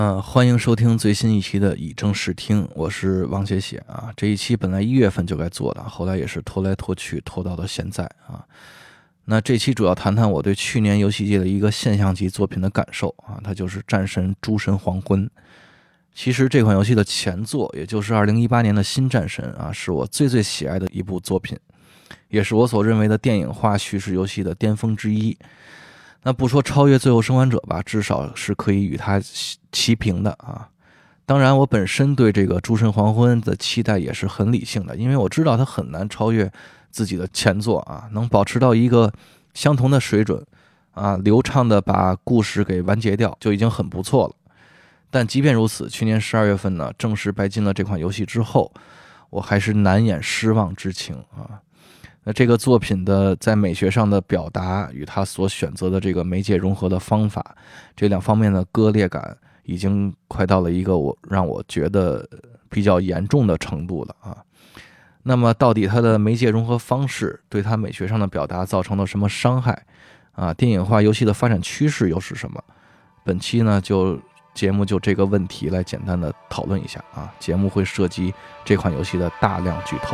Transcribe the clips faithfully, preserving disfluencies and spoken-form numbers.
嗯，欢迎收听最新一期的以正视听，我是王写写啊。这一期本来一月份就该做的，后来也是拖来拖去，拖到了现在啊。那这期主要谈谈我对去年游戏界的一个现象级作品的感受啊，它就是《战神：诸神黄昏》。其实这款游戏的前作，也就是二零一八年的新战神啊，是我最最喜爱的一部作品，也是我所认为的电影化叙事游戏的巅峰之一。那不说超越最后生还者吧，至少是可以与它齐平的啊。当然我本身对这个诸神黄昏的期待也是很理性的，因为我知道它很难超越自己的前作啊，能保持到一个相同的水准啊，流畅的把故事给完结掉就已经很不错了。但即便如此，去年十二月份呢正式白金了这款游戏之后，我还是难掩失望之情啊。那这个作品的在美学上的表达与他所选择的这个媒介融合的方法，这两方面的割裂感已经快到了一个我让我觉得比较严重的程度了啊。那么到底它的媒介融合方式对它美学上的表达造成了什么伤害啊？电影化游戏的发展趋势又是什么？本期呢就节目就这个问题来简单的讨论一下啊。节目会涉及这款游戏的大量剧透。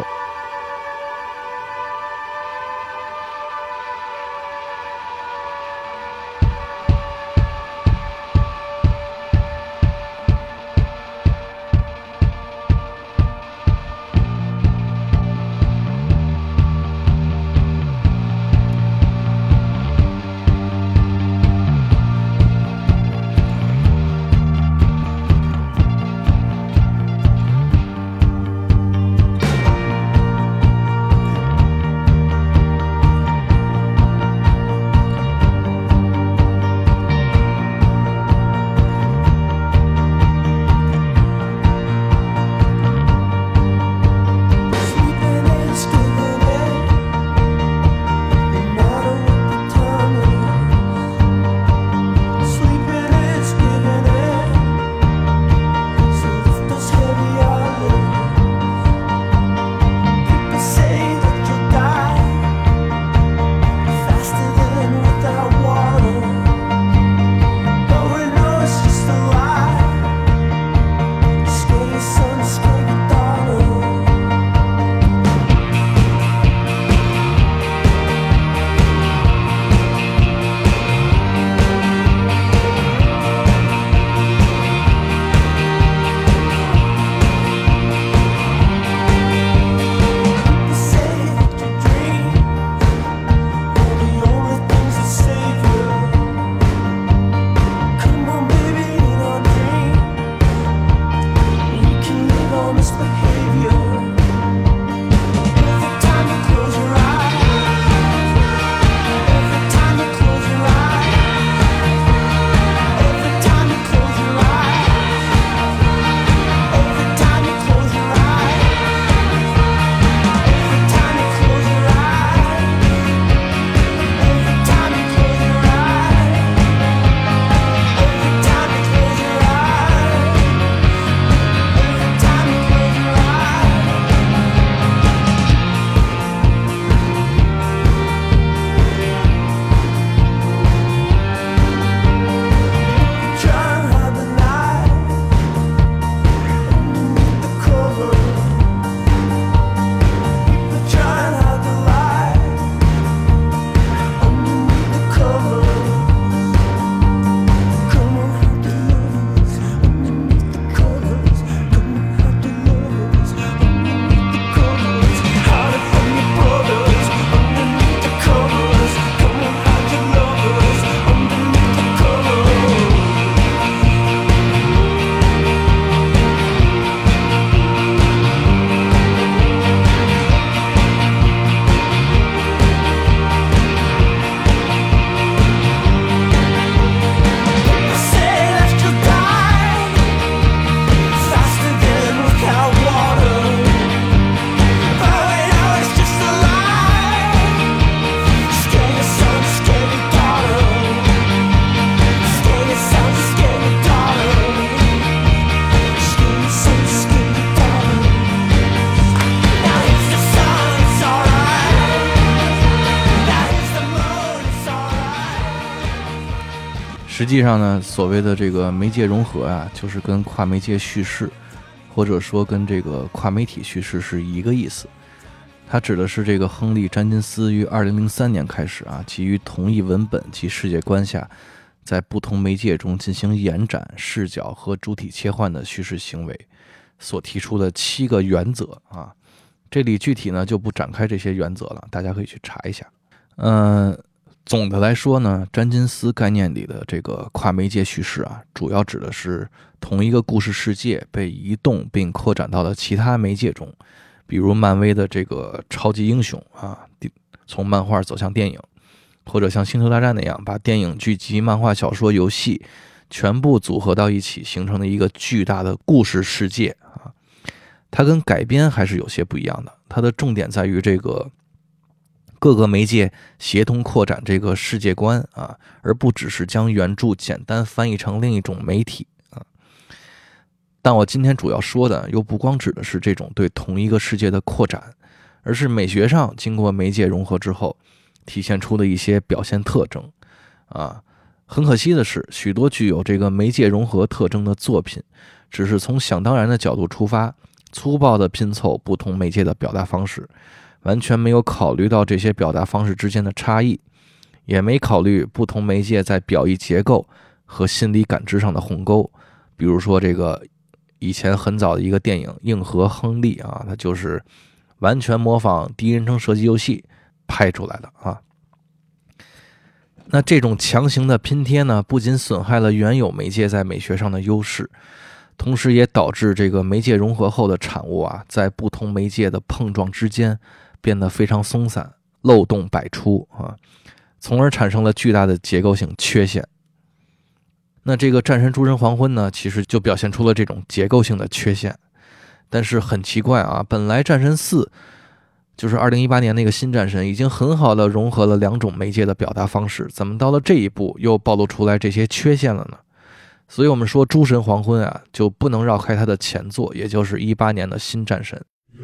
实际上呢，所谓的这个媒介融合啊，就是跟跨媒介叙事，或者说跟这个跨媒体叙事是一个意思。它指的是这个亨利·詹金斯于二零零三年开始啊，基于同一文本及世界观下，在不同媒介中进行延展、视角和主体切换的叙事行为所提出的七个原则啊。这里具体呢就不展开这些原则了，大家可以去查一下。嗯、呃，总的来说呢，詹金斯概念里的这个跨媒介叙事啊，主要指的是同一个故事世界被移动并扩展到了其他媒介中。比如漫威的这个超级英雄啊，从漫画走向电影，或者像星球大战那样把电影、剧集、漫画、小说、游戏全部组合到一起，形成了一个巨大的故事世界啊。它跟改编还是有些不一样的，它的重点在于这个各个媒介协同扩展这个世界观啊，而不只是将原著简单翻译成另一种媒体。但我今天主要说的又不光指的是这种对同一个世界的扩展，而是美学上经过媒介融合之后体现出的一些表现特征啊。很可惜的是，许多具有这个媒介融合特征的作品只是从想当然的角度出发，粗暴地拼凑不同媒介的表达方式，完全没有考虑到这些表达方式之间的差异，也没考虑不同媒介在表意结构和心理感知上的鸿沟。比如说这个以前很早的一个电影《硬核亨利》啊，它就是完全模仿第一人称射击游戏拍出来的啊。那这种强行的拼贴呢，不仅损害了原有媒介在美学上的优势，同时也导致这个媒介融合后的产物啊，在不同媒介的碰撞之间变得非常松散，漏洞百出啊，从而产生了巨大的结构性缺陷。那这个战神诸神黄昏呢，其实就表现出了这种结构性的缺陷。但是很奇怪啊，本来战神四就是二零一八年那个新战神已经很好的融合了两种媒介的表达方式，怎么到了这一步又暴露出来这些缺陷了呢？所以我们说诸神黄昏啊，就不能绕开它的前作，也就是一八年的新战神。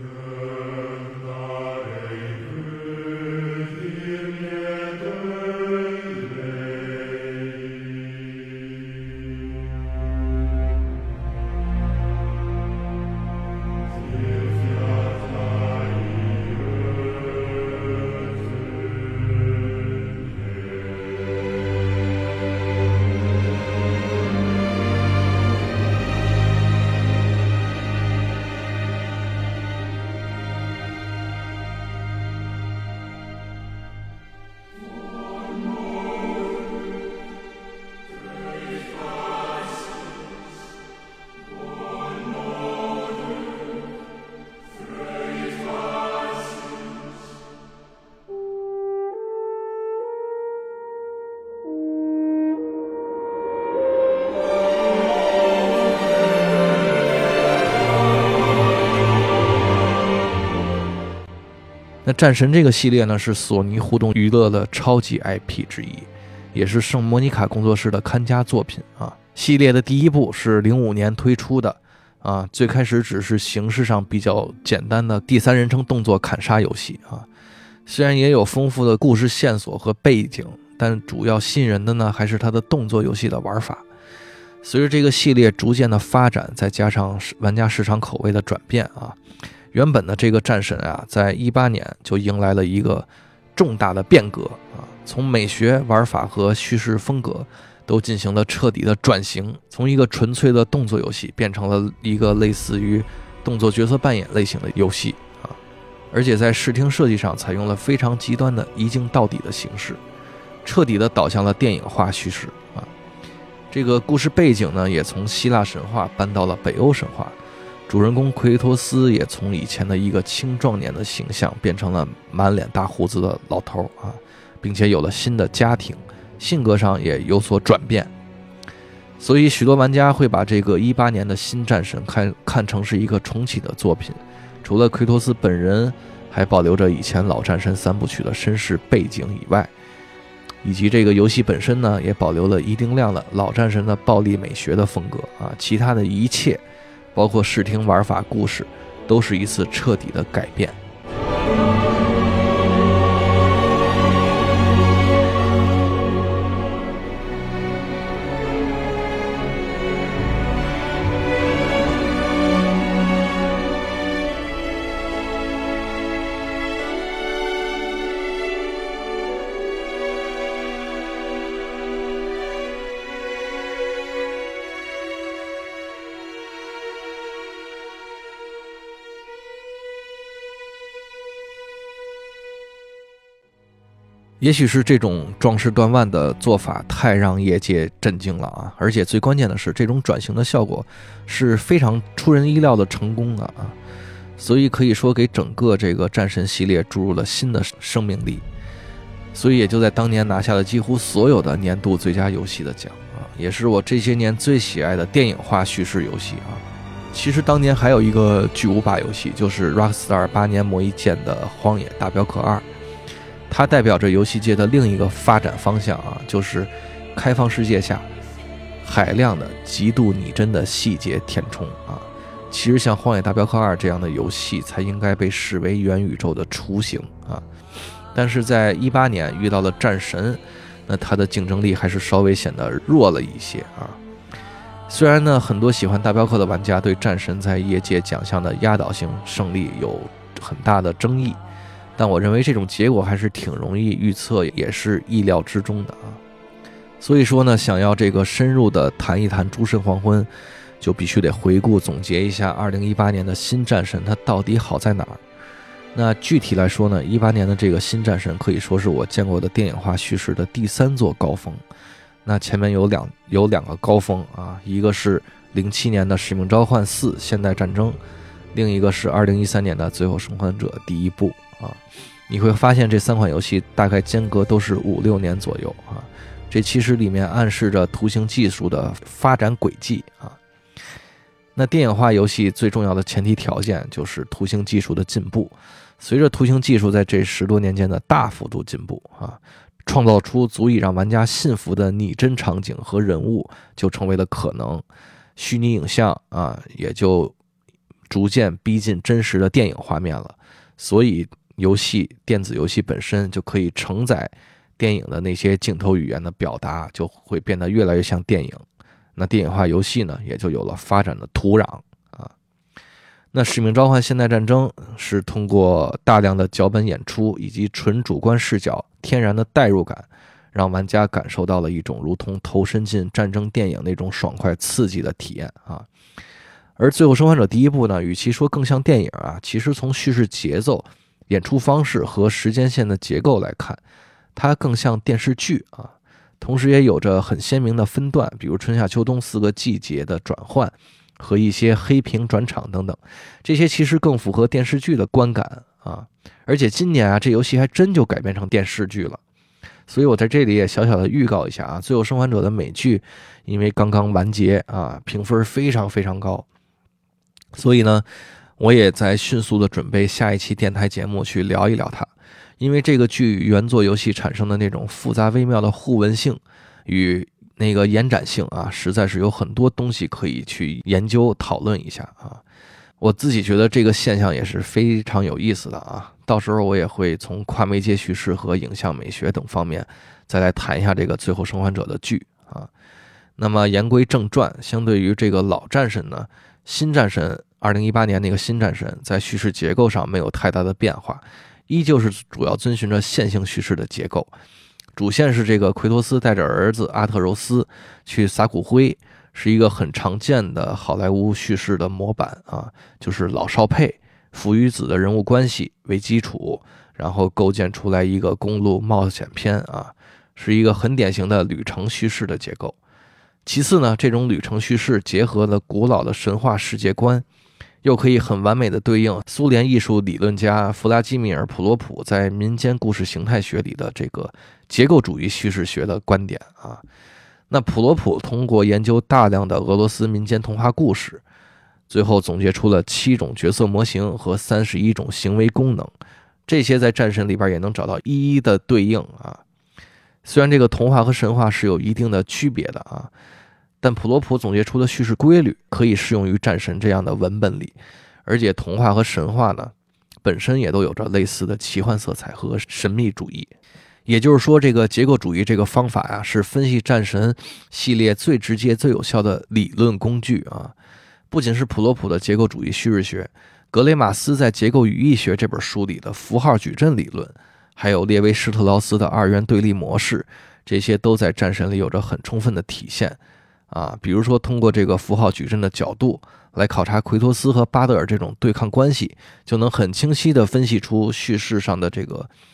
那战神这个系列呢，是索尼互动娱乐的超级 I P 之一，也是圣莫妮卡工作室的看家作品啊。系列的第一部是零五年推出的啊，最开始只是形式上比较简单的第三人称动作砍杀游戏啊，虽然也有丰富的故事线索和背景，但主要吸引人的呢还是它的动作游戏的玩法。随着这个系列逐渐的发展，再加上玩家市场口味的转变啊，原本的这个战神啊，在一八年就迎来了一个重大的变革啊，从美学、玩法和叙事风格都进行了彻底的转型，从一个纯粹的动作游戏变成了一个类似于动作角色扮演类型的游戏啊，而且在视听设计上采用了非常极端的一镜到底的形式，彻底的导向了电影化叙事啊。这个故事背景呢，也从希腊神话搬到了北欧神话。主人公奎托斯也从以前的一个青壮年的形象变成了满脸大胡子的老头啊，并且有了新的家庭，性格上也有所转变。所以许多玩家会把这个一八年的新战神看看成是一个重启的作品，除了奎托斯本人还保留着以前老战神三部曲的身世背景以外，以及这个游戏本身呢，也保留了一定量的老战神的暴力美学的风格啊，其他的一切包括视听玩法故事都是一次彻底的改变。 也许是这种壮士断腕的做法太让业界震惊了啊！而且最关键的是，这种转型的效果是非常出人意料的成功的啊！所以可以说给整个这个战神系列注入了新的生命力，所以也就在当年拿下了几乎所有的年度最佳游戏的奖啊，也是我这些年最喜爱的电影化叙事游戏啊。其实当年还有一个巨无霸游戏，就是 Rockstar 八年磨一剑的《荒野大镖客二》。它代表着游戏界的另一个发展方向啊，就是开放世界下海量的极度拟真的细节填充啊。其实像《荒野大镖客二》这样的游戏才应该被视为元宇宙的雏形啊。但是在一八年遇到了战神，那它的竞争力还是稍微显得弱了一些啊。虽然呢，很多喜欢大镖客的玩家对战神在业界奖项的压倒性胜利有很大的争议，但我认为这种结果还是挺容易预测，也是意料之中的啊。所以说呢，想要这个深入的谈一谈诸神黄昏，就必须得回顾总结一下二零一八年的新战神它到底好在哪儿。那具体来说呢，一八年的这个新战神可以说是我见过的电影化叙事的第三座高峰。那前面有两有两个高峰啊，一个是零七年的使命召唤四现代战争，另一个是二零一三年的最后生还者第一部啊。你会发现这三款游戏大概间隔都是五六年左右啊，这其实里面暗示着图形技术的发展轨迹啊。那电影化游戏最重要的前提条件就是图形技术的进步，随着图形技术在这十多年间的大幅度进步啊，创造出足以让玩家信服的拟真场景和人物就成为了可能，虚拟影像啊也就逐渐逼近真实的电影画面了，所以游戏电子游戏本身就可以承载电影的那些镜头语言的表达，就会变得越来越像电影。那电影化游戏呢，也就有了发展的土壤啊。那使命召唤现代战争是通过大量的脚本演出以及纯主观视角天然的代入感，让玩家感受到了一种如同投身进战争电影那种爽快刺激的体验啊。而最后生还者第一部呢，与其说更像电影啊，其实从叙事节奏、演出方式和时间线的结构来看，它更像电视剧啊。同时也有着很鲜明的分段，比如春夏秋冬四个季节的转换和一些黑屏转场等等，这些其实更符合电视剧的观感啊。而且今年啊，这游戏还真就改编成电视剧了，所以我在这里也小小的预告一下啊，最后生还者的美剧因为刚刚完结啊，评分非常非常高，所以呢，我也在迅速的准备下一期电台节目去聊一聊它。因为这个剧原作游戏产生的那种复杂微妙的互文性与那个延展性啊，实在是有很多东西可以去研究讨论一下啊。我自己觉得这个现象也是非常有意思的啊，到时候我也会从跨媒介叙事和影像美学等方面再来谈一下这个最后生还者的剧啊。那么言归正传，相对于这个老战神呢，新战神二零一八年那个新战神在叙事结构上没有太大的变化，依旧是主要遵循着线性叙事的结构，主线是这个奎托斯带着儿子阿特柔斯去撒骨灰，是一个很常见的好莱坞叙事的模板啊，就是老少配、父与子的人物关系为基础，然后构建出来一个公路冒险片啊，是一个很典型的旅程叙事的结构。其次呢，这种旅程叙事结合了古老的神话世界观，又可以很完美的对应苏联艺术理论家弗拉基米尔·普罗普在民间故事形态学里的这个结构主义叙事学的观点啊。那普罗普通过研究大量的俄罗斯民间童话故事，最后总结出了七种角色模型和三十一种行为功能，这些在战神里边也能找到一一的对应啊。虽然这个童话和神话是有一定的区别的啊，但普罗普总结出的叙事规律可以适用于战神这样的文本里，而且童话和神话呢，本身也都有着类似的奇幻色彩和神秘主义。也就是说，这个结构主义这个方法呀、啊，是分析战神系列最直接、最有效的理论工具啊。不仅是普罗普的结构主义叙事学，格雷马斯在《结构语义学》这本书里的符号矩阵理论，还有列维施特劳斯的二元对立模式，这些都在战神里有着很充分的体现。啊，比如说通过这个符号矩阵的角度来考察奎托斯和巴德尔这种对抗关系，就能很清晰地分析出叙事上的这个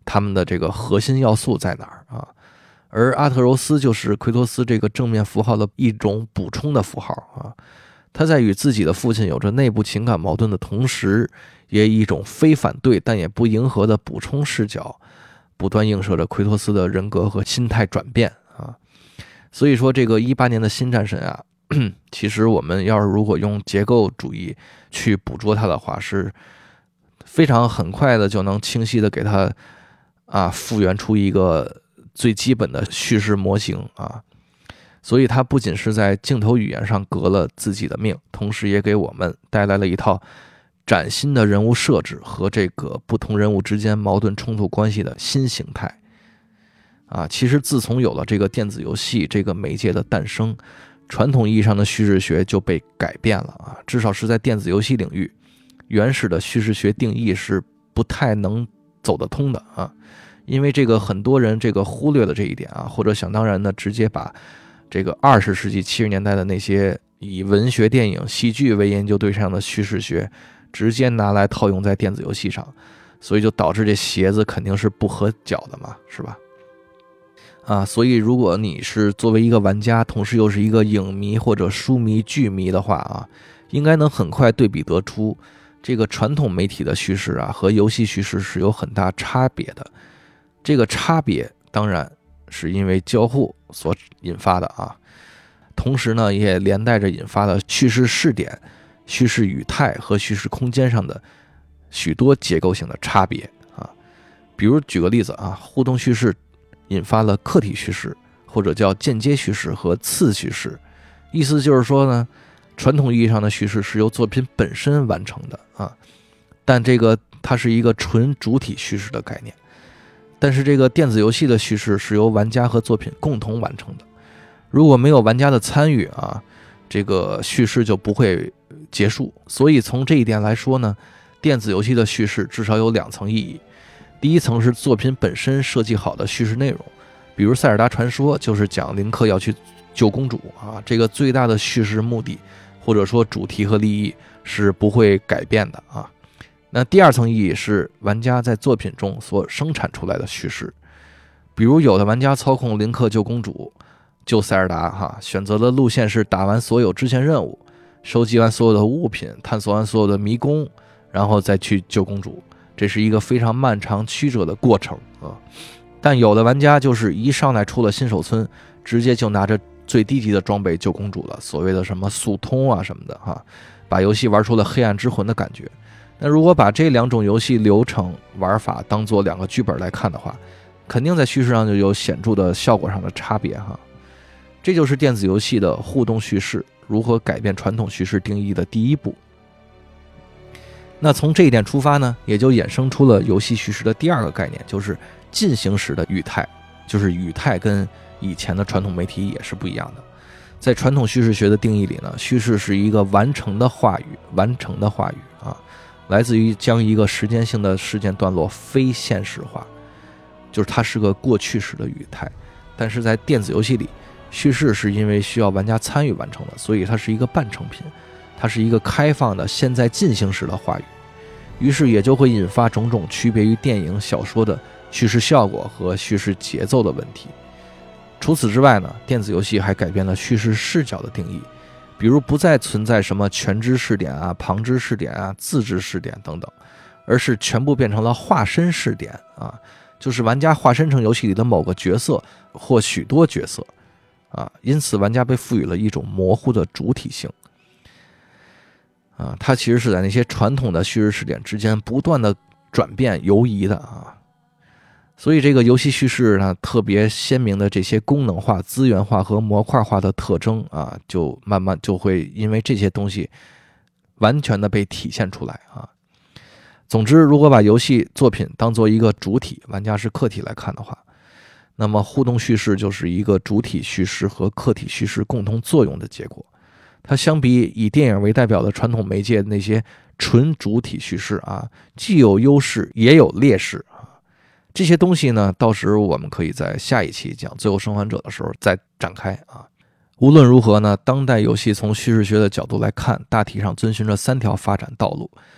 他们的这个核心要素在哪儿啊。而阿特柔斯就是奎托斯这个正面符号的一种补充的符号啊。他在与自己的父亲有着内部情感矛盾的同时，也以一种非反对但也不迎合的补充视角，不断映射着奎托斯的人格和心态转变啊。所以说这个一八年的新战神啊，其实我们要是如果用结构主义去捕捉它的话，是非常很快的就能清晰的给它啊复原出一个最基本的叙事模型啊。所以它不仅是在镜头语言上革了自己的命，同时也给我们带来了一套崭新的人物设置和这个不同人物之间矛盾冲突关系的新形态啊。其实自从有了这个电子游戏这个媒介的诞生，传统意义上的叙事学就被改变了啊。至少是在电子游戏领域，原始的叙事学定义是不太能走得通的啊。因为这个很多人这个忽略了这一点啊，或者想当然的直接把这个二十世纪七十年代的那些以文学、电影、戏剧为研究对象的叙事学直接拿来套用在电子游戏上，所以就导致这鞋子肯定是不合脚的嘛，是吧？啊，所以如果你是作为一个玩家，同时又是一个影迷或者书迷、剧迷的话啊，应该能很快对比得出这个传统媒体的叙事啊和游戏叙事是有很大差别的。这个差别当然是因为交互所引发的啊，同时呢也连带着引发了叙事视点、叙事语态和叙事空间上的许多结构性的差别啊。比如举个例子啊，互动叙事引发了客体叙事，或者叫间接叙事和次叙事。意思就是说呢，传统意义上的叙事是由作品本身完成的啊，但这个它是一个纯主体叙事的概念。但是这个电子游戏的叙事是由玩家和作品共同完成的，如果没有玩家的参与啊，这个叙事就不会结束。所以从这一点来说呢，电子游戏的叙事至少有两层意义。第一层是作品本身设计好的叙事内容，比如塞尔达传说就是讲林克要去救公主啊，这个最大的叙事目的或者说主题和利益是不会改变的啊。那第二层意义是玩家在作品中所生产出来的叙事，比如有的玩家操控林克救公主、救塞尔达哈，选择的路线是打完所有支线任务，收集完所有的物品，探索完所有的迷宫，然后再去救公主，这是一个非常漫长曲折的过程啊。但有的玩家就是一上来出了新手村，直接就拿着最低级的装备救公主了，所谓的什么速通啊什么的哈，把游戏玩出了黑暗之魂的感觉。那如果把这两种游戏流程玩法当做两个剧本来看的话，肯定在叙事上就有显著的效果上的差别哈。这就是电子游戏的互动叙事如何改变传统叙事定义的第一步。那从这一点出发呢，也就衍生出了游戏叙事的第二个概念，就是进行时的语态。就是语态跟以前的传统媒体也是不一样的。在传统叙事学的定义里呢，叙事是一个完成的话语，完成的话语啊，来自于将一个时间性的事件段落非现实化，就是它是个过去时的语态。但是在电子游戏里，叙事是因为需要玩家参与完成的，所以它是一个半成品，它是一个开放的现在进行时的话语，于是也就会引发种种区别于电影、小说的叙事效果和叙事节奏的问题。除此之外呢，电子游戏还改变了叙事视角的定义，比如不再存在什么全知视点啊、旁知视点啊、自知视点等等，而是全部变成了化身视点啊，就是玩家化身成游戏里的某个角色或许多角色啊，因此玩家被赋予了一种模糊的主体性啊，它其实是在那些传统的叙事视点之间不断的转变游移的啊。所以这个游戏叙事呢，特别鲜明的这些功能化、资源化和模块化的特征啊，就慢慢就会因为这些东西完全的被体现出来啊。总之，如果把游戏作品当做一个主体，玩家是客体来看的话，那么互动叙事就是一个主体叙事和客体叙事共同作用的结果。它相比以电影为代表的传统媒介那些纯主体叙事啊，既有优势也有劣势啊。这些东西呢，到时我们可以在下一期讲《最后生还者》的时候再展开啊。无论如何呢，当代游戏从叙事学的角度来看，大体上遵循着三条发展道路。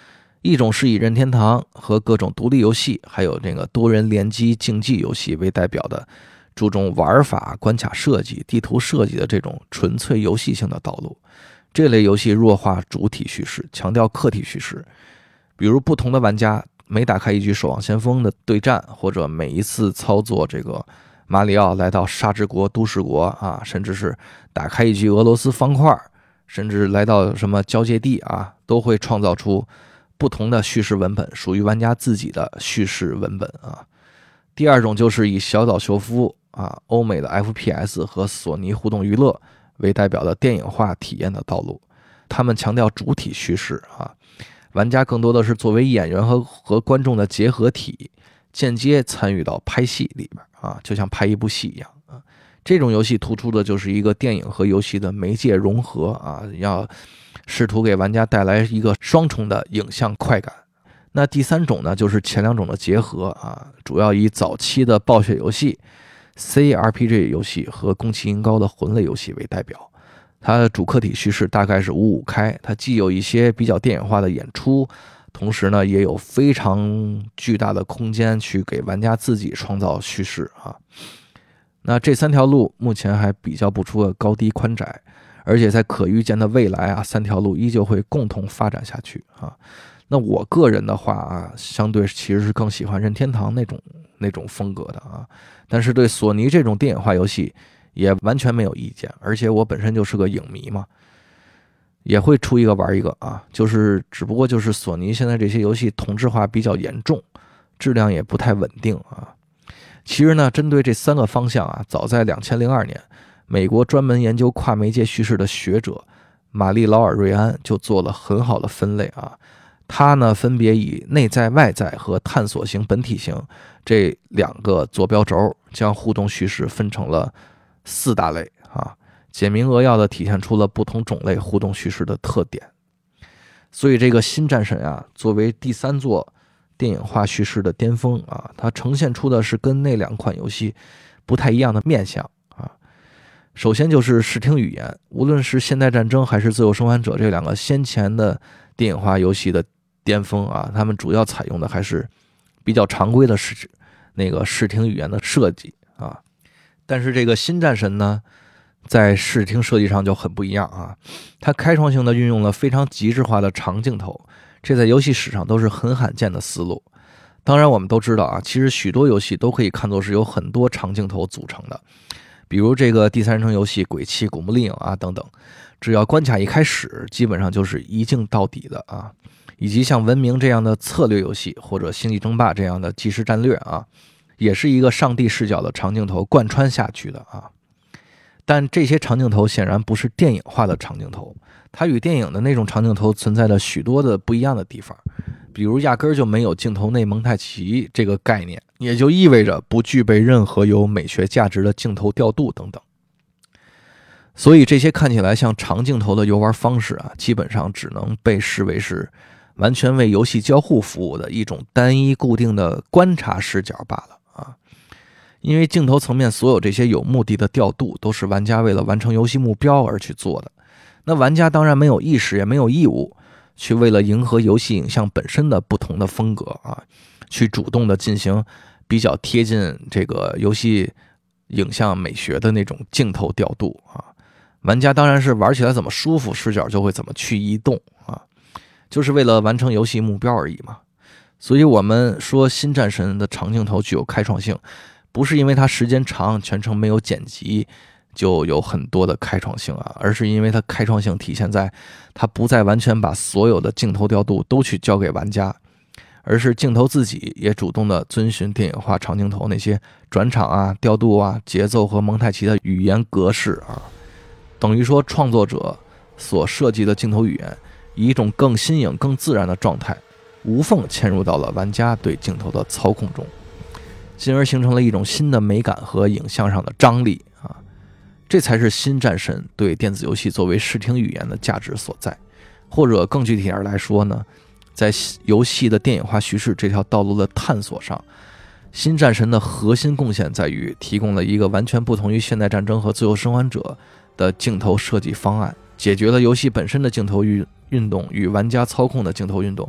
一种是以任天堂和各种独立游戏，还有这个多人联机竞技游戏为代表的，注重玩法、关卡设计、地图设计的这种纯粹游戏性的道路。这类游戏弱化主体叙事，强调客体叙事。比如不同的玩家每打开一局守望先锋的对战，或者每一次操作这个马里奥来到沙之国、都市国啊，甚至是打开一局俄罗斯方块，甚至来到什么交界地啊，都会创造出不同的叙事文本，属于玩家自己的叙事文本啊。第二种就是以小岛秀夫啊、欧美的 F P S 和索尼互动娱乐为代表的电影化体验的道路。他们强调主体叙事啊，玩家更多的是作为演员和和观众的结合体，间接参与到拍戏里边啊，就像拍一部戏一样啊。这种游戏突出的就是一个电影和游戏的媒介融合啊，要试图给玩家带来一个双重的影像快感。那第三种呢，就是前两种的结合啊，主要以早期的暴雪游戏、C R P G 游戏和宫崎英高的魂类游戏为代表。它的主客体叙事大概是五五开，它既有一些比较电影化的演出，同时呢也有非常巨大的空间去给玩家自己创造叙事啊。那这三条路目前还比较不出个高低宽窄，而且在可预见的未来啊，三条路依旧会共同发展下去啊。那我个人的话啊，相对其实是更喜欢任天堂那种那种风格的啊，但是对索尼这种电影化游戏也完全没有意见，而且我本身就是个影迷嘛，也会出一个玩一个啊，就是只不过就是索尼现在这些游戏同质化比较严重，质量也不太稳定啊。其实呢，针对这三个方向啊，早在两千零二年，美国专门研究跨媒介叙事的学者玛丽劳尔瑞安就做了很好的分类啊。他呢分别以内在外在和探索型本体型这两个坐标轴，将互动叙事分成了四大类啊，简明扼要地体现出了不同种类互动叙事的特点。所以这个新战神啊，作为第三座电影化叙事的巅峰啊，它呈现出的是跟那两款游戏不太一样的面向啊。首先就是视听语言，无论是现代战争还是自由生还者这两个先前的电影化游戏的巅峰啊，他们主要采用的还是比较常规的视那个视听语言的设计啊。但是这个新战神呢，在视听设计上就很不一样啊，它开创性的运用了非常极致化的长镜头，这在游戏史上都是很罕见的思路。当然我们都知道啊，其实许多游戏都可以看作是由很多长镜头组成的，比如这个第三人称游戏鬼泣、古墓丽影啊等等，只要关卡一开始基本上就是一镜到底的啊。以及像文明这样的策略游戏，或者星际争霸这样的即时战略啊，也是一个上帝视角的长镜头贯穿下去的啊。但这些长镜头显然不是电影化的长镜头，它与电影的那种长镜头存在着许多的不一样的地方，比如压根儿就没有镜头内蒙太奇这个概念，也就意味着不具备任何有美学价值的镜头调度等等。所以这些看起来像长镜头的游玩方式啊，基本上只能被视为是完全为游戏交互服务的一种单一固定的观察视角罢了啊。因为镜头层面所有这些有目的的调度都是玩家为了完成游戏目标而去做的，那玩家当然没有意识也没有义务去为了迎合游戏影像本身的不同的风格啊，去主动的进行比较贴近这个游戏影像美学的那种镜头调度啊。玩家当然是玩起来怎么舒服，视角就会怎么去移动啊，就是为了完成游戏目标而已嘛。所以我们说新战神的长镜头具有开创性，不是因为它时间长，全程没有剪辑就有很多的开创性啊，而是因为它开创性体现在它不再完全把所有的镜头调度都去交给玩家，而是镜头自己也主动的遵循电影化长镜头那些转场啊、调度啊、节奏和蒙太奇的语言格式啊。等于说创作者所设计的镜头语言以一种更新颖更自然的状态无缝嵌入到了玩家对镜头的操控中，进而形成了一种新的美感和影像上的张力啊，这才是新战神对电子游戏作为视听语言的价值所在。或者更具体点来说呢，在游戏的电影化叙事这条道路的探索上，新战神的核心贡献在于提供了一个完全不同于现代战争和自由生还者的镜头设计方案，解决了游戏本身的镜头运动与玩家操控的镜头运动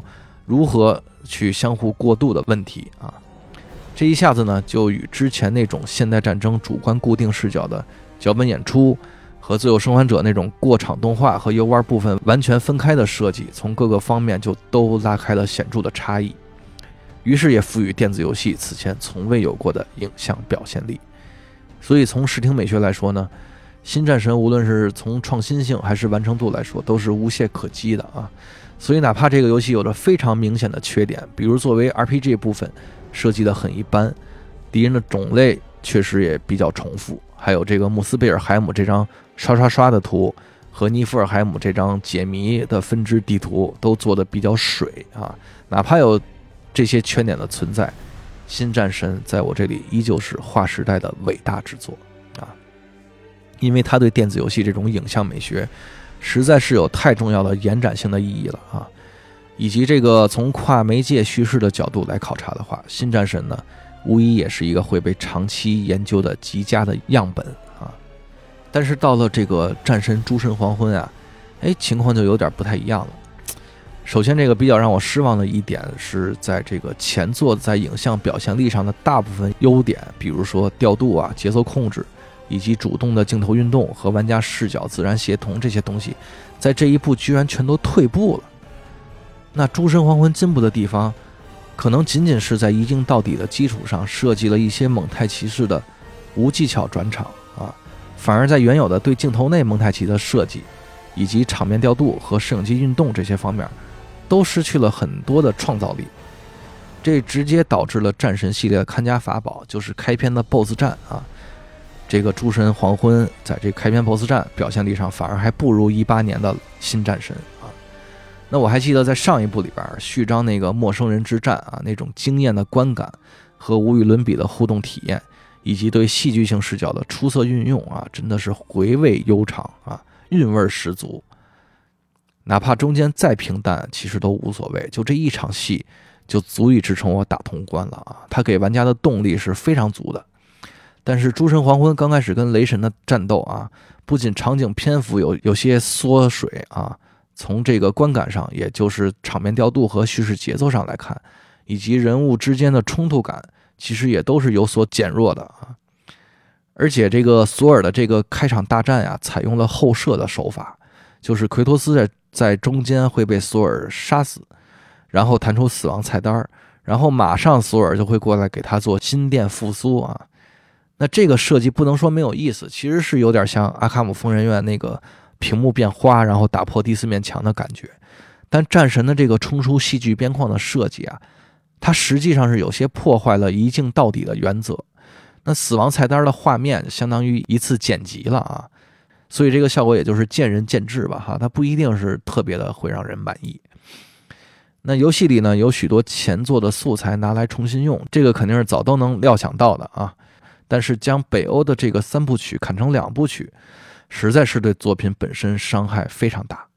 如何去相互过渡的问题啊。这一下子呢，就与之前那种现代战争主观固定视角的脚本演出和《最后生还者》那种过场动画和游玩部分完全分开的设计，从各个方面就都拉开了显著的差异，于是也赋予电子游戏此前从未有过的影像表现力。所以从视听美学来说呢，新战神无论是从创新性还是完成度来说都是无懈可击的啊。所以哪怕这个游戏有着非常明显的缺点，比如作为 R P G 部分设计的很一般，敌人的种类确实也比较重复，还有这个穆斯贝尔海姆这张刷刷刷的图和尼夫尔海姆这张解谜的分支地图都做得比较水啊。哪怕有这些缺点的存在，新战神在我这里依旧是划时代的伟大之作啊，因为它对电子游戏这种影像美学实在是有太重要的延展性的意义了啊。以及这个从跨媒介叙事的角度来考察的话，新战神呢无疑也是一个会被长期研究的极佳的样本啊。但是到了这个战神诸神黄昏啊，哎，情况就有点不太一样了。首先这个比较让我失望的一点是在这个前作在影像表现力上的大部分优点，比如说调度啊、节奏控制以及主动的镜头运动和玩家视角自然协同这些东西，在这一步居然全都退步了。那诸神黄昏进步的地方可能仅仅是在一镜到底的基础上设计了一些蒙太奇式的无技巧转场啊，反而在原有的对镜头内蒙太奇的设计以及场面调度和摄影机运动这些方面都失去了很多的创造力。这直接导致了战神系列的看家法宝就是开篇的 B O S S 战啊，这个诸神黄昏在这开篇 B O S S 战表现力上反而还不如一八年的新战神啊。那我还记得在上一部里边序章那个陌生人之战啊，那种惊艳的观感和无与伦比的互动体验，以及对戏剧性视角的出色运用啊，真的是回味悠长啊，韵味十足。哪怕中间再平淡其实都无所谓，就这一场戏就足以支撑我打通关了啊！它给玩家的动力是非常足的。但是诸神黄昏刚开始跟雷神的战斗啊，不仅场景篇幅有有些缩水啊，从这个观感上，也就是场面调度和叙事节奏上来看，以及人物之间的冲突感，其实也都是有所减弱的啊。而且这个索尔的这个开场大战啊，采用了后射的手法，就是奎托斯在在中间会被索尔杀死，然后弹出死亡菜单，然后马上索尔就会过来给他做心电复苏啊。那这个设计不能说没有意思，其实是有点像阿卡姆疯人院那个屏幕变花然后打破第四面墙的感觉。但战神的这个冲出戏剧边框的设计啊，它实际上是有些破坏了一镜到底的原则。那死亡菜单的画面相当于一次剪辑了啊，所以这个效果也就是见仁见智吧哈，它不一定是特别的会让人满意。那游戏里呢有许多前作的素材拿来重新用，这个肯定是早都能料想到的啊。但是将北欧的这个三部曲砍成两部曲，实在是对作品本身伤害非常大。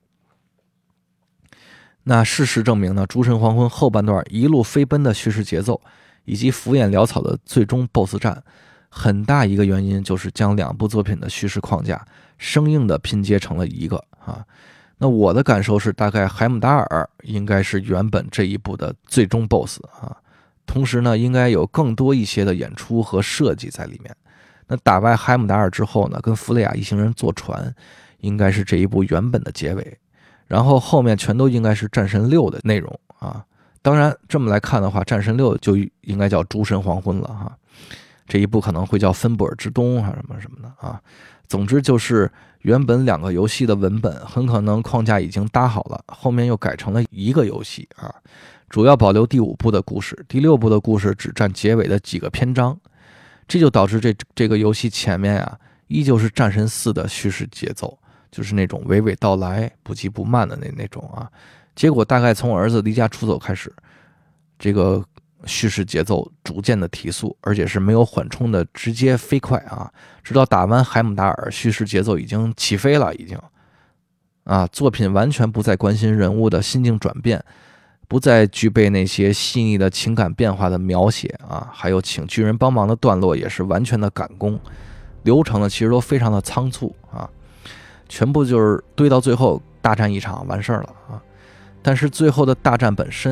那事实证明呢，诸神黄昏后半段一路飞奔的叙事节奏，以及敷衍潦草的最终 B O S S 战，很大一个原因就是将两部作品的叙事框架生硬的拼接成了一个啊。那我的感受是，大概海姆达尔应该是原本这一部的最终 B O S S 啊，同时呢，应该有更多一些的演出和设计在里面。那打败海姆达尔之后呢，跟弗雷亚一行人坐船，应该是这一部原本的结尾，然后后面全都应该是战神六的内容啊。当然这么来看的话，战神六就应该叫诸神黄昏了哈，这一部可能会叫芬布尔之冬还是什么什么的啊。总之就是原本两个游戏的文本很可能框架已经搭好了，后面又改成了一个游戏啊，主要保留第五部的故事，第六部的故事只占结尾的几个篇章，这就导致这这个游戏前面啊依旧是战神四的叙事节奏，就是那种娓娓道来不急不慢的那那种啊。结果大概从儿子离家出走开始，这个叙事节奏逐渐的提速，而且是没有缓冲的直接飞快啊，直到打完海姆达尔，叙事节奏已经起飞了，已经啊，作品完全不再关心人物的心境转变，不再具备那些细腻的情感变化的描写啊，还有请巨人帮忙的段落也是完全的赶工，流程呢其实都非常的仓促啊，全部就是堆到最后大战一场完事儿了啊。但是最后的大战本身啊，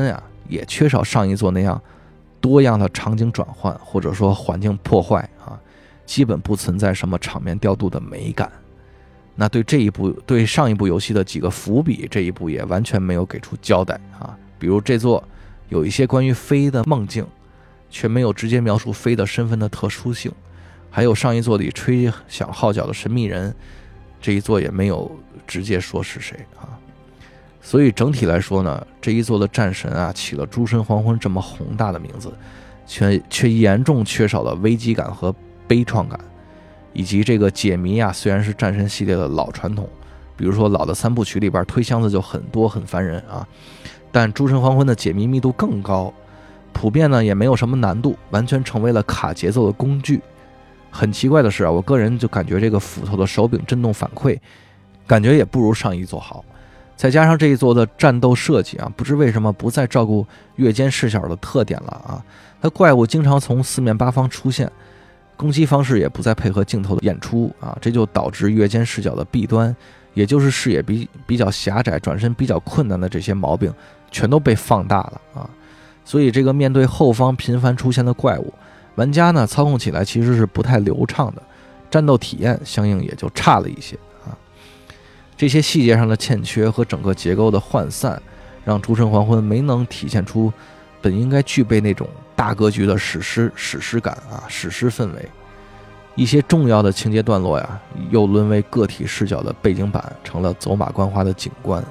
也缺少上一座那样多样的场景转换，或者说环境破坏啊，基本不存在什么场面调度的美感。那对这一部对上一部游戏的几个伏笔，这一部也完全没有给出交代啊。比如这座有一些关于飞的梦境，却没有直接描述飞的身份的特殊性，还有上一座里吹响号角的神秘人，这一座也没有直接说是谁啊。所以整体来说呢，这一座的战神啊，起了诸神黄昏这么宏大的名字，却却严重缺少了危机感和悲怆感，以及这个解谜啊，虽然是战神系列的老传统，比如说老的三部曲里边推箱子就很多很烦人啊，但诸神黄昏的解谜密度更高，普遍呢也没有什么难度，完全成为了卡节奏的工具。很奇怪的是啊，我个人就感觉这个斧头的手柄震动反馈，感觉也不如上一座好。再加上这一座的战斗设计啊，不知为什么不再照顾越肩视角的特点了啊，它怪物经常从四面八方出现，攻击方式也不再配合镜头的演出啊，这就导致越肩视角的弊端，也就是视野比比较狭窄、转身比较困难的这些毛病，全都被放大了啊。所以这个面对后方频繁出现的怪物，玩家呢操控起来其实是不太流畅的，战斗体验相应也就差了一些啊。这些细节上的欠缺和整个结构的涣散，让诸神黄昏没能体现出本应该具备那种大格局的史诗史诗感啊，史诗氛围。一些重要的情节段落呀，又沦为个体视角的背景板，成了走马观花的景观。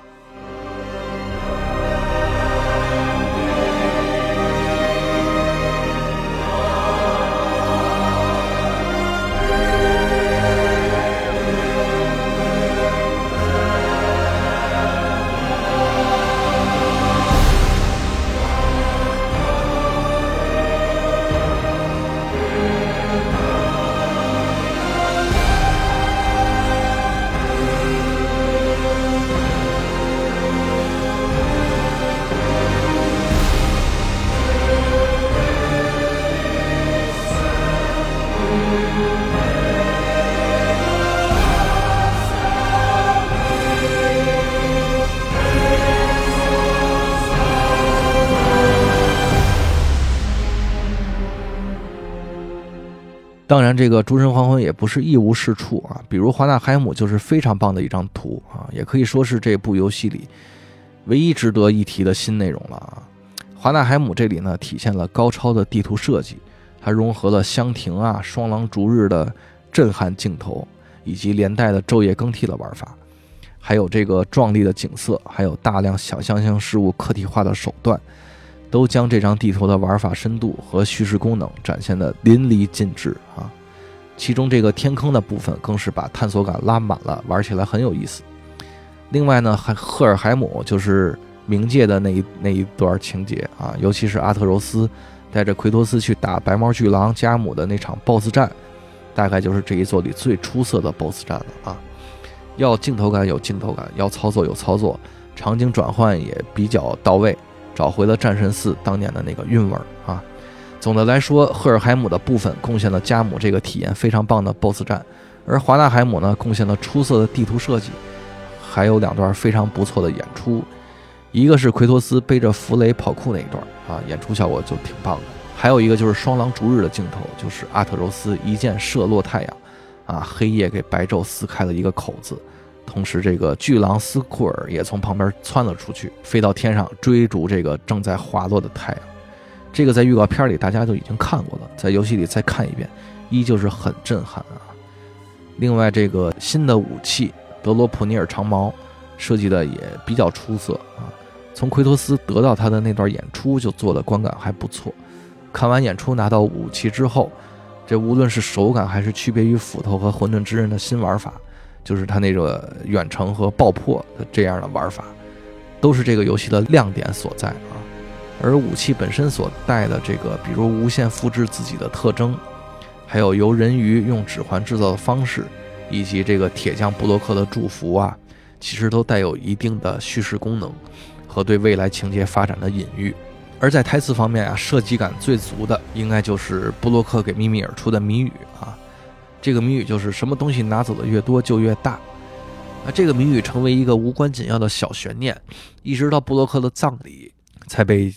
当然这个诸神黄昏也不是一无是处啊，比如华纳海姆就是非常棒的一张图啊，也可以说是这部游戏里唯一值得一提的新内容了啊。华纳海姆这里呢体现了高超的地图设计，它融合了香亭啊、双狼逐日的震撼镜头，以及连带的昼夜更替的玩法，还有这个壮丽的景色，还有大量想象性事物客体化的手段，都将这张地图的玩法深度和叙事功能展现得淋漓尽致啊！其中这个天坑的部分更是把探索感拉满了，玩起来很有意思。另外呢，还赫尔海姆就是冥界的那一那一段情节啊，尤其是阿特柔斯带着奎托斯去打白毛巨狼加姆的那场 B O S S 战，大概就是这一座里最出色的 B O S S 战了啊！要镜头感有镜头感，要操作有操作，场景转换也比较到位，找回了战神四当年的那个韵味啊！总的来说，赫尔海姆的部分贡献了加姆这个体验非常棒的 B O S S 战，而华纳海姆呢贡献了出色的地图设计，还有两段非常不错的演出。一个是奎托斯背着弗雷跑酷那一段啊，演出效果就挺棒的。还有一个就是双狼逐日的镜头，就是阿特柔斯一箭射落太阳啊，黑夜给白昼撕开了一个口子。同时这个巨狼斯库尔也从旁边窜了出去，飞到天上追逐这个正在滑落的太阳。这个在预告片里大家都已经看过了，在游戏里再看一遍依旧是很震撼啊。另外这个新的武器德罗普尼尔长矛设计的也比较出色啊，从奎托斯得到他的那段演出就做的观感还不错。看完演出拿到武器之后，这无论是手感还是区别于斧头和混沌之刃的新玩法，就是它那个远程和爆破的这样的玩法，都是这个游戏的亮点所在啊。而武器本身所带的这个，比如无限复制自己的特征，还有由人鱼用指环制造的方式，以及这个铁匠布洛克的祝福啊，其实都带有一定的叙事功能和对未来情节发展的隐喻。而在台词方面啊，设计感最足的应该就是布洛克给密米尔出的谜语啊。这个谜语就是什么东西拿走的越多就越大。那这个谜语成为一个无关紧要的小悬念，一直到布洛克的葬礼才被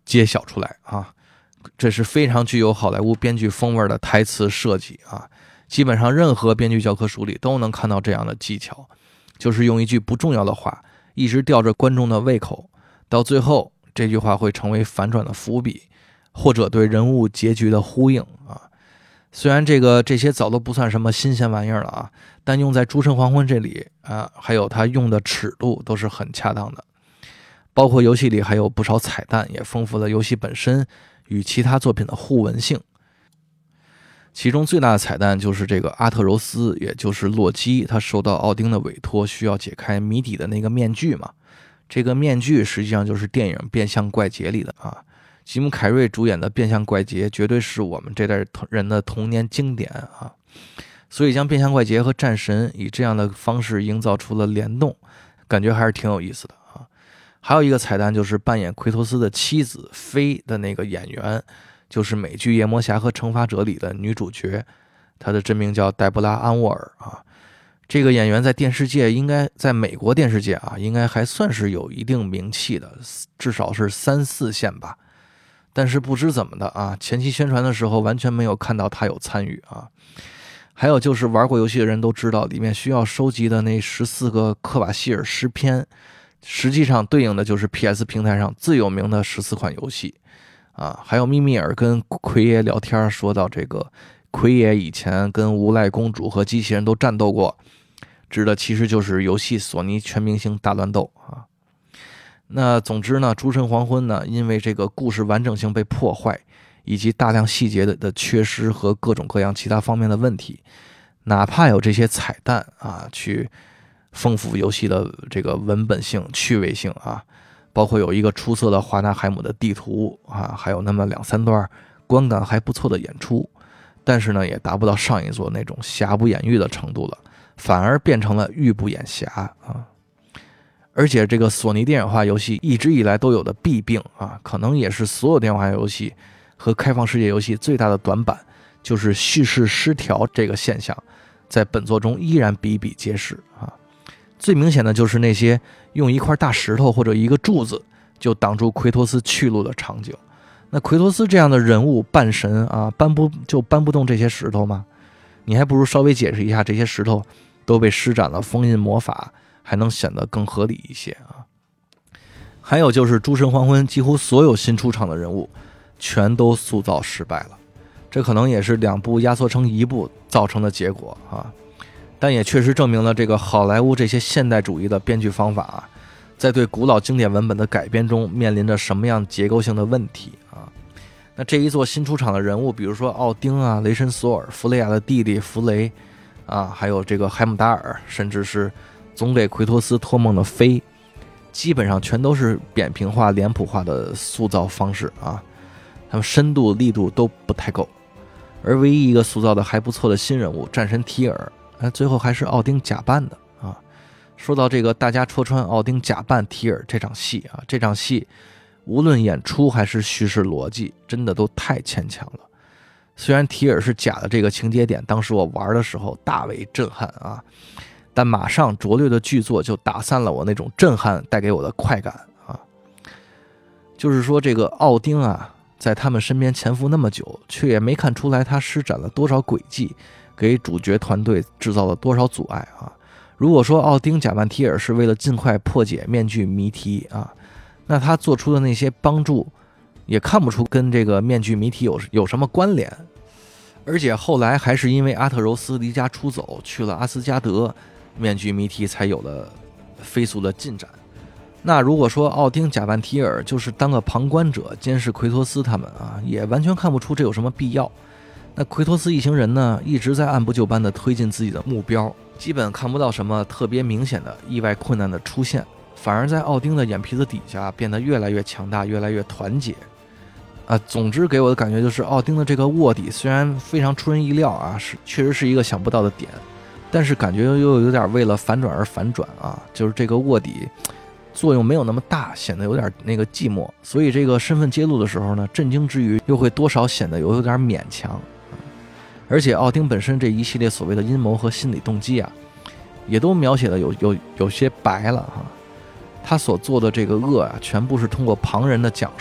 揭晓出来啊。这是非常具有好莱坞编剧风味的台词设计啊，基本上任何编剧教科书里都能看到这样的技巧，就是用一句不重要的话一直吊着观众的胃口，到最后这句话会成为反转的伏笔，或者对人物结局的呼应啊。虽然这个这些早都不算什么新鲜玩意儿了啊，但用在《诸神黄昏》这里啊，还有它用的尺度都是很恰当的。包括游戏里还有不少彩蛋，也丰富了游戏本身与其他作品的互文性。其中最大的彩蛋就是这个阿特柔斯，也就是洛基，他受到奥丁的委托，需要解开谜底的那个面具嘛。这个面具实际上就是电影《变相怪杰》里的啊。吉姆·凯瑞主演的《变相怪杰》绝对是我们这代人的童年经典啊，所以将变相怪杰和战神以这样的方式营造出了联动，感觉还是挺有意思的啊。还有一个彩蛋就是扮演奎托斯的妻子菲的那个演员，就是美剧《夜魔侠和惩罚者》里的女主角，她的真名叫黛布拉·安沃尔啊。这个演员在电视界应该在美国电视界啊，应该还算是有一定名气的，至少是三四线吧。但是不知怎么的啊，前期宣传的时候完全没有看到他有参与啊。还有就是玩过游戏的人都知道，里面需要收集的那十四个克瓦希尔诗篇，实际上对应的就是 P S 平台上最有名的十四款游戏啊。还有密米尔跟奎爷聊天说到，这个奎爷以前跟无赖公主和机器人都战斗过，指的其实就是游戏索尼全明星大乱斗啊。那总之呢，诸神黄昏呢，因为这个故事完整性被破坏，以及大量细节的的缺失和各种各样其他方面的问题，哪怕有这些彩蛋啊，去丰富游戏的这个文本性、趣味性啊，包括有一个出色的华纳海姆的地图啊，还有那么两三段观感还不错的演出，但是呢，也达不到上一座那种瑕不掩瑜的程度了，反而变成了玉不掩瑕啊。而且这个索尼电影化游戏一直以来都有的弊病啊，可能也是所有电影化游戏和开放世界游戏最大的短板，就是叙事失调这个现象，在本作中依然比比皆是啊。最明显的就是那些用一块大石头或者一个柱子就挡住奎托斯去路的场景。那奎托斯这样的人物半神啊，搬不就搬不动这些石头吗？你还不如稍微解释一下，这些石头都被施展了封印魔法，还能显得更合理一些啊。还有就是诸神黄昏几乎所有新出场的人物全都塑造失败了，这可能也是两部压缩成一部造成的结果啊。但也确实证明了这个好莱坞这些现代主义的编剧方法啊，在对古老经典文本的改编中面临着什么样结构性的问题啊。那这一座新出场的人物，比如说奥丁啊、雷神索尔、弗雷亚的弟弟弗雷啊，还有这个海姆达尔，甚至是总给奎托斯托梦的菲，基本上全都是扁平化、脸谱化的塑造方式啊，他们深度、力度都不太够。而唯一一个塑造的还不错的新人物战神提尔，哎，最后还是奥丁假扮的啊。说到这个，大家戳穿奥丁假扮提尔这场戏啊，这场戏无论演出还是叙事逻辑，真的都太牵强了。虽然提尔是假的这个情节点，当时我玩的时候大为震撼啊，但马上拙劣的剧作就打散了我那种震撼带给我的快感啊。就是说这个奥丁啊，在他们身边潜伏那么久，却也没看出来他施展了多少诡计，给主角团队制造了多少阻碍啊。如果说奥丁假扮提尔是为了尽快破解面具谜题啊，那他做出的那些帮助也看不出跟这个面具谜题有有什么关联。而且后来还是因为阿特柔斯离家出走去了阿斯加德，面具谜题才有了飞速的进展。那如果说奥丁假扮提尔就是当个旁观者监视奎托斯他们啊，也完全看不出这有什么必要。那奎托斯一行人呢，一直在按部就班地推进自己的目标，基本看不到什么特别明显的意外困难的出现，反而在奥丁的眼皮子底下变得越来越强大，越来越团结啊。总之给我的感觉就是奥丁的这个卧底虽然非常出人意料啊，是确实是一个想不到的点，但是感觉又有点为了反转而反转啊，就是这个卧底作用没有那么大，显得有点那个寂寞，所以这个身份揭露的时候呢，震惊之余又会多少显得有有点勉强。而且奥丁本身这一系列所谓的阴谋和心理动机啊，也都描写的有有有些白了哈。他所做的这个恶啊，全部是通过旁人的讲述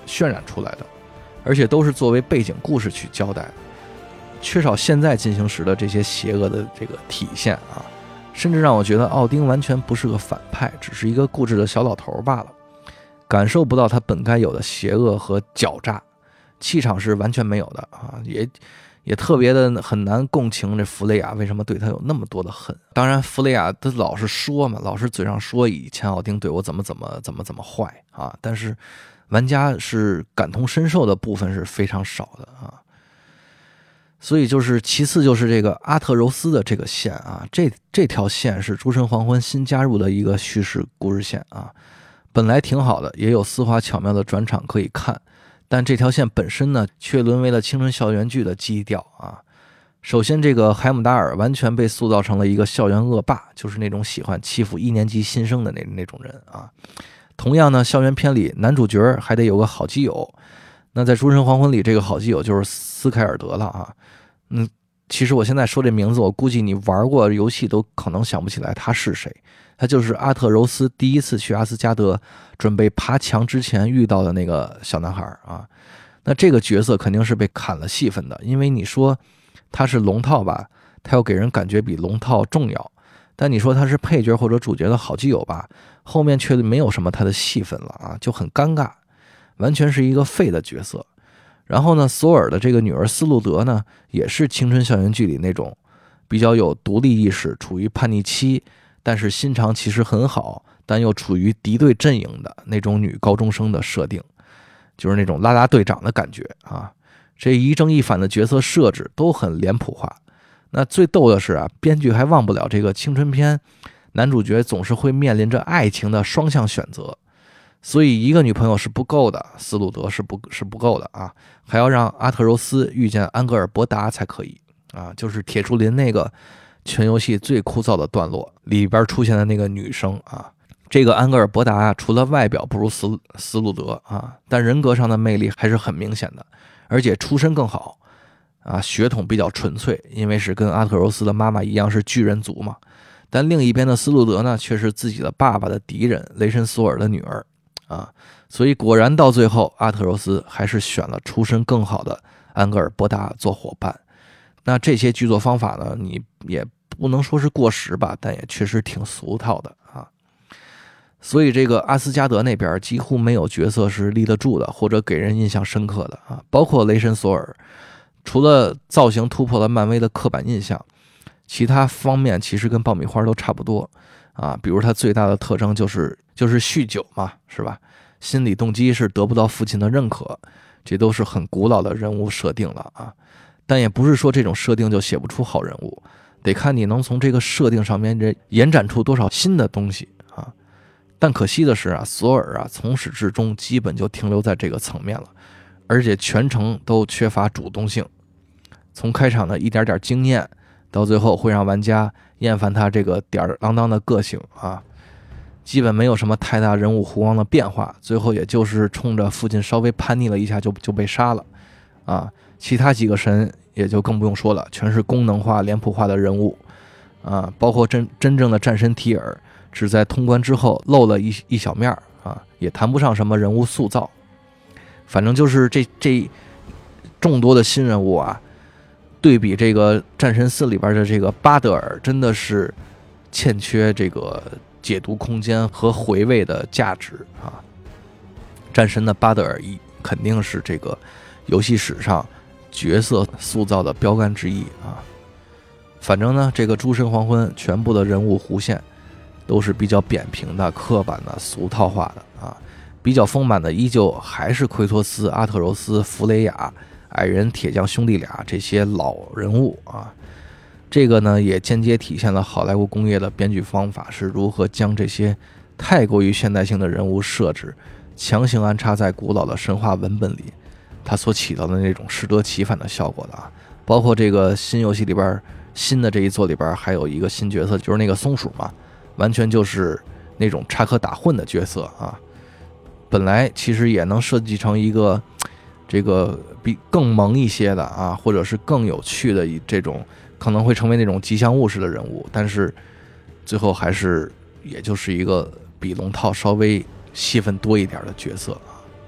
渲染出来的，而且都是作为背景故事去交代的，缺少现在进行时的这些邪恶的这个体现啊，甚至让我觉得奥丁完全不是个反派，只是一个固执的小老头罢了，感受不到他本该有的邪恶和狡诈，气场是完全没有的啊，也也特别的很难共情这弗雷亚为什么对他有那么多的恨。当然弗雷亚他老是说嘛，老是嘴上说以前奥丁对我怎么怎么怎么怎么坏啊，但是玩家是感同身受的部分是非常少的啊。所以就是其次就是这个阿特柔斯的这个线啊，这这条线是诸神黄昏新加入的一个叙事故事线啊，本来挺好的，也有丝滑巧妙的转场可以看，但这条线本身呢，却沦为了青春校园剧的基调啊。首先，这个海姆达尔完全被塑造成了一个校园恶霸，就是那种喜欢欺负一年级新生的那那种人啊。同样呢，校园片里男主角还得有个好基友，那在《诸神黄昏》里，这个好基友就是斯凯尔德了啊。嗯，其实我现在说这名字，我估计你玩过游戏都可能想不起来他是谁。他就是阿特柔斯第一次去阿斯加德准备爬墙之前遇到的那个小男孩啊。那这个角色肯定是被砍了戏份的，因为你说他是龙套吧，他要给人感觉比龙套重要，但你说他是配角或者主角的好基友吧，后面却没有什么他的戏份了啊，就很尴尬，完全是一个废的角色。然后呢，索尔的这个女儿斯路德呢，也是青春校园剧里那种比较有独立意识，处于叛逆期，但是心肠其实很好，但又处于敌对阵营的那种女高中生的设定，就是那种拉拉队长的感觉啊。这一正一反的角色设置都很脸谱化。那最逗的是啊，编剧还忘不了这个青春片男主角总是会面临着爱情的双向选择，所以一个女朋友是不够的，斯鲁德是不是不够的啊，还要让阿特柔斯遇见安格尔伯达才可以啊，就是铁树林那个全游戏最枯燥的段落里边出现的那个女生啊。这个安格尔伯达啊，除了外表不如斯斯鲁德啊，但人格上的魅力还是很明显的，而且出身更好啊，血统比较纯粹，因为是跟阿特柔斯的妈妈一样是巨人族嘛。但另一边的斯路德呢，却是自己的爸爸的敌人雷神索尔的女儿啊，所以果然到最后，阿特柔斯还是选了出身更好的安格尔伯达做伙伴。那这些剧作方法呢，你也不能说是过时吧，但也确实挺俗套的啊。所以这个阿斯加德那边几乎没有角色是立得住的，或者给人印象深刻的啊，包括雷神索尔，除了造型突破了漫威的刻板印象，其他方面其实跟爆米花都差不多啊。比如他最大的特征就是就是酗酒嘛，是吧？心理动机是得不到父亲的认可，这都是很古老的人物设定了啊。但也不是说这种设定就写不出好人物，得看你能从这个设定上面延展出多少新的东西啊。但可惜的是啊，索尔啊从始至终基本就停留在这个层面了，而且全程都缺乏主动性。从开场的一点点经验，到最后会让玩家厌烦他这个吊儿郎当的个性啊，基本没有什么太大人物弧光的变化，最后也就是冲着父亲稍微叛逆了一下就就被杀了啊。其他几个神也就更不用说了，全是功能化脸谱化的人物啊，包括真真正的战神提尔只在通关之后露了一一小面啊，也谈不上什么人物塑造。反正就是这这众多的新人物啊，对比这个战神四里边的这个巴德尔，真的是欠缺这个解读空间和回味的价值啊。战神的巴德尔一肯定是这个游戏史上角色塑造的标杆之一啊。反正呢，这个诸神黄昏全部的人物弧线都是比较扁平的、刻板的、俗套化的啊。比较丰满的依旧还是奎托斯、阿特柔斯、弗雷亚、矮人、铁匠兄弟俩这些老人物啊。这个呢，也间接体现了好莱坞工业的编剧方法是如何将这些太过于现代性的人物设置强行安插在古老的神话文本里，它所起到的那种适得其反的效果的啊。包括这个新游戏里边新的这一作里边还有一个新角色，就是那个松鼠嘛，完全就是那种插科打诨的角色啊。本来其实也能设计成一个这个比更萌一些的啊，或者是更有趣的这种可能会成为那种吉祥物式的人物，但是最后还是也就是一个比龙套稍微戏份多一点的角色啊。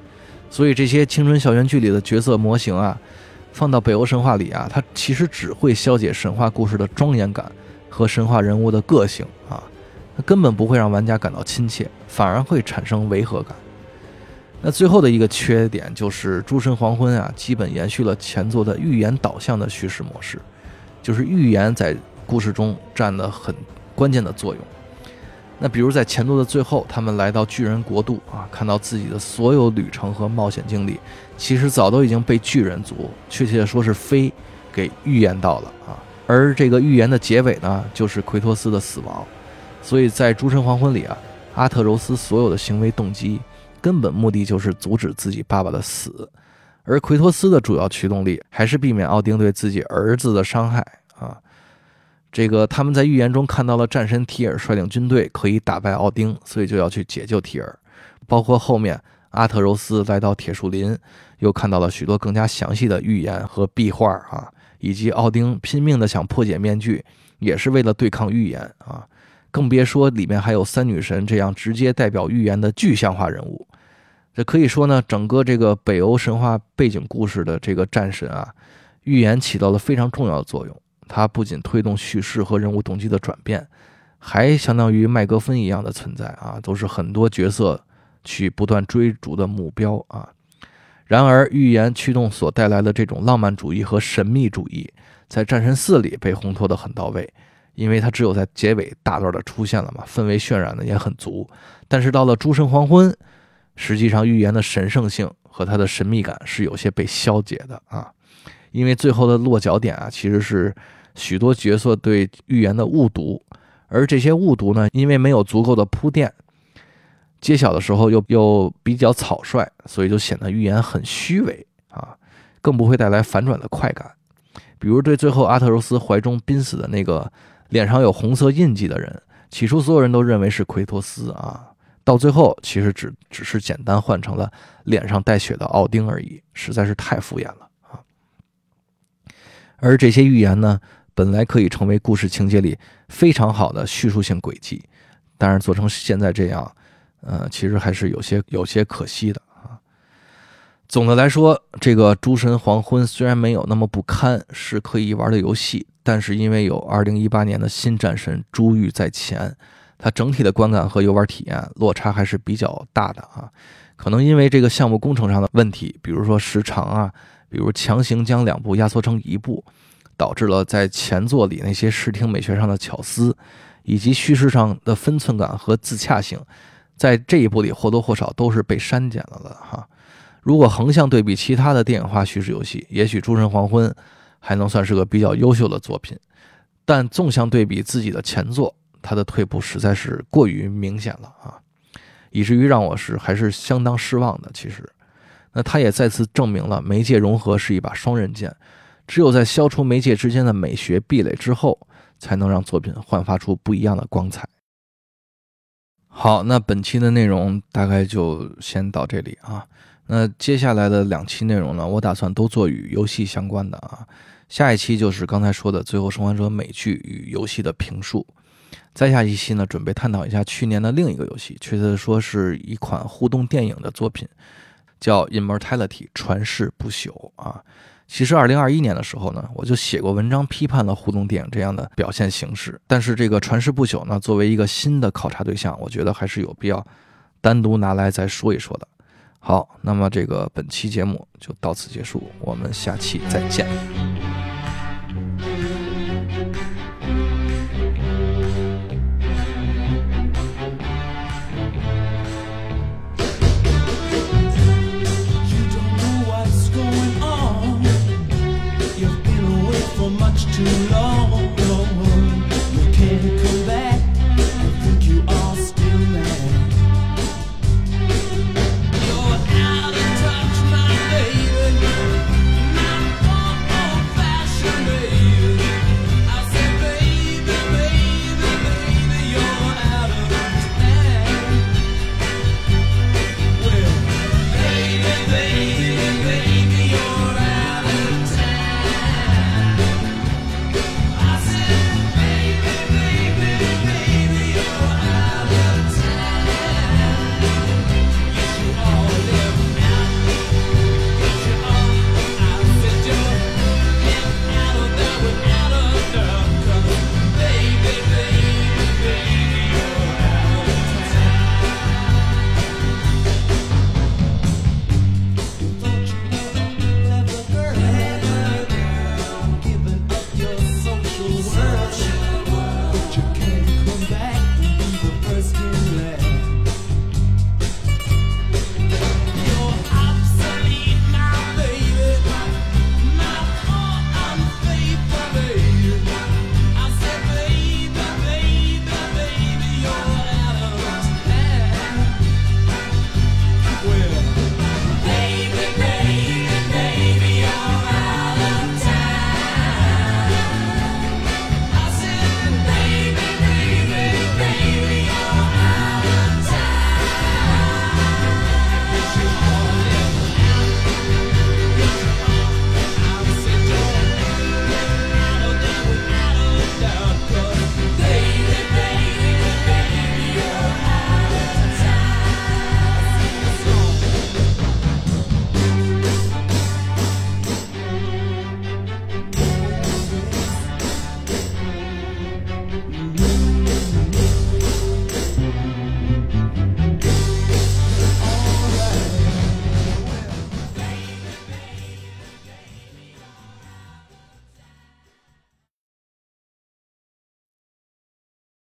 所以这些青春校园剧里的角色模型啊，放到北欧神话里啊，它其实只会消解神话故事的庄严感和神话人物的个性啊，它根本不会让玩家感到亲切，反而会产生违和感。那最后的一个缺点就是《诸神黄昏》啊，基本延续了前作的预言导向的叙事模式，就是预言在故事中占了很关键的作用。那比如在前作的最后，他们来到巨人国度啊，看到自己的所有旅程和冒险经历，其实早都已经被巨人族，确切的说是飞，给预言到了啊。而这个预言的结尾呢，就是奎托斯的死亡。所以在《诸神黄昏》里啊，阿特柔斯所有的行为动机，根本目的就是阻止自己爸爸的死，而奎托斯的主要驱动力还是避免奥丁对自己儿子的伤害啊。这个他们在预言中看到了战神提尔率领军队可以打败奥丁，所以就要去解救提尔。包括后面阿特柔斯来到铁树林，又看到了许多更加详细的预言和壁画啊，以及奥丁拼命的想破解面具，也是为了对抗预言啊。更别说里面还有三女神这样直接代表预言的具象化人物。这可以说呢，整个这个北欧神话背景故事的这个战神啊，预言起到了非常重要的作用。它不仅推动叙事和人物动机的转变，还相当于麦格芬一样的存在啊，都是很多角色去不断追逐的目标啊。然而预言驱动所带来的这种浪漫主义和神秘主义，在战神四里被烘托得很到位，因为它只有在结尾大段的出现了嘛，氛围渲染的也很足。但是到了诸神黄昏，实际上预言的神圣性和它的神秘感是有些被消解的啊，因为最后的落脚点啊，其实是许多角色对预言的误读，而这些误读呢，因为没有足够的铺垫，揭晓的时候又又比较草率，所以就显得预言很虚伪啊，更不会带来反转的快感。比如对最后阿特柔斯怀中濒死的那个脸上有红色印记的人，起初所有人都认为是奎托斯啊，到最后其实只只是简单换成了脸上带血的奥丁而已，实在是太敷衍了啊。而这些预言呢，本来可以成为故事情节里非常好的叙述性轨迹，但是做成现在这样，呃，其实还是有些有些可惜的啊。总的来说，这个《诸神黄昏》虽然没有那么不堪，是可以玩的游戏，但是因为有二零一八年的新战神珠玉在前，它整体的观感和游玩体验落差还是比较大的啊。可能因为这个项目工程上的问题，比如说时长啊，比如强行将两部压缩成一部，导致了在前作里那些视听美学上的巧思，以及叙事上的分寸感和自洽性，在这一部里或多或少都是被删减了的哈。如果横向对比其他的电影化叙事游戏，也许《诸神黄昏》还能算是个比较优秀的作品，但纵向对比自己的前作，它的退步实在是过于明显了啊，以至于让我是还是相当失望的。其实，那它也再次证明了媒介融合是一把双刃剑，只有在消除媒介之间的美学壁垒之后，才能让作品焕发出不一样的光彩。好，那本期的内容大概就先到这里啊。那接下来的两期内容呢，我打算都做与游戏相关的啊。下一期就是刚才说的《最后生还者》美剧与游戏的评述。再下一期呢，准备探讨一下去年的另一个游戏，确切的说是一款互动电影的作品，叫 Immortality 传世不朽啊。其实二零二一年的时候呢，我就写过文章批判了互动电影这样的表现形式，但是这个传世不朽呢，作为一个新的考察对象，我觉得还是有必要单独拿来再说一说的。好，那么这个本期节目就到此结束，我们下期再见。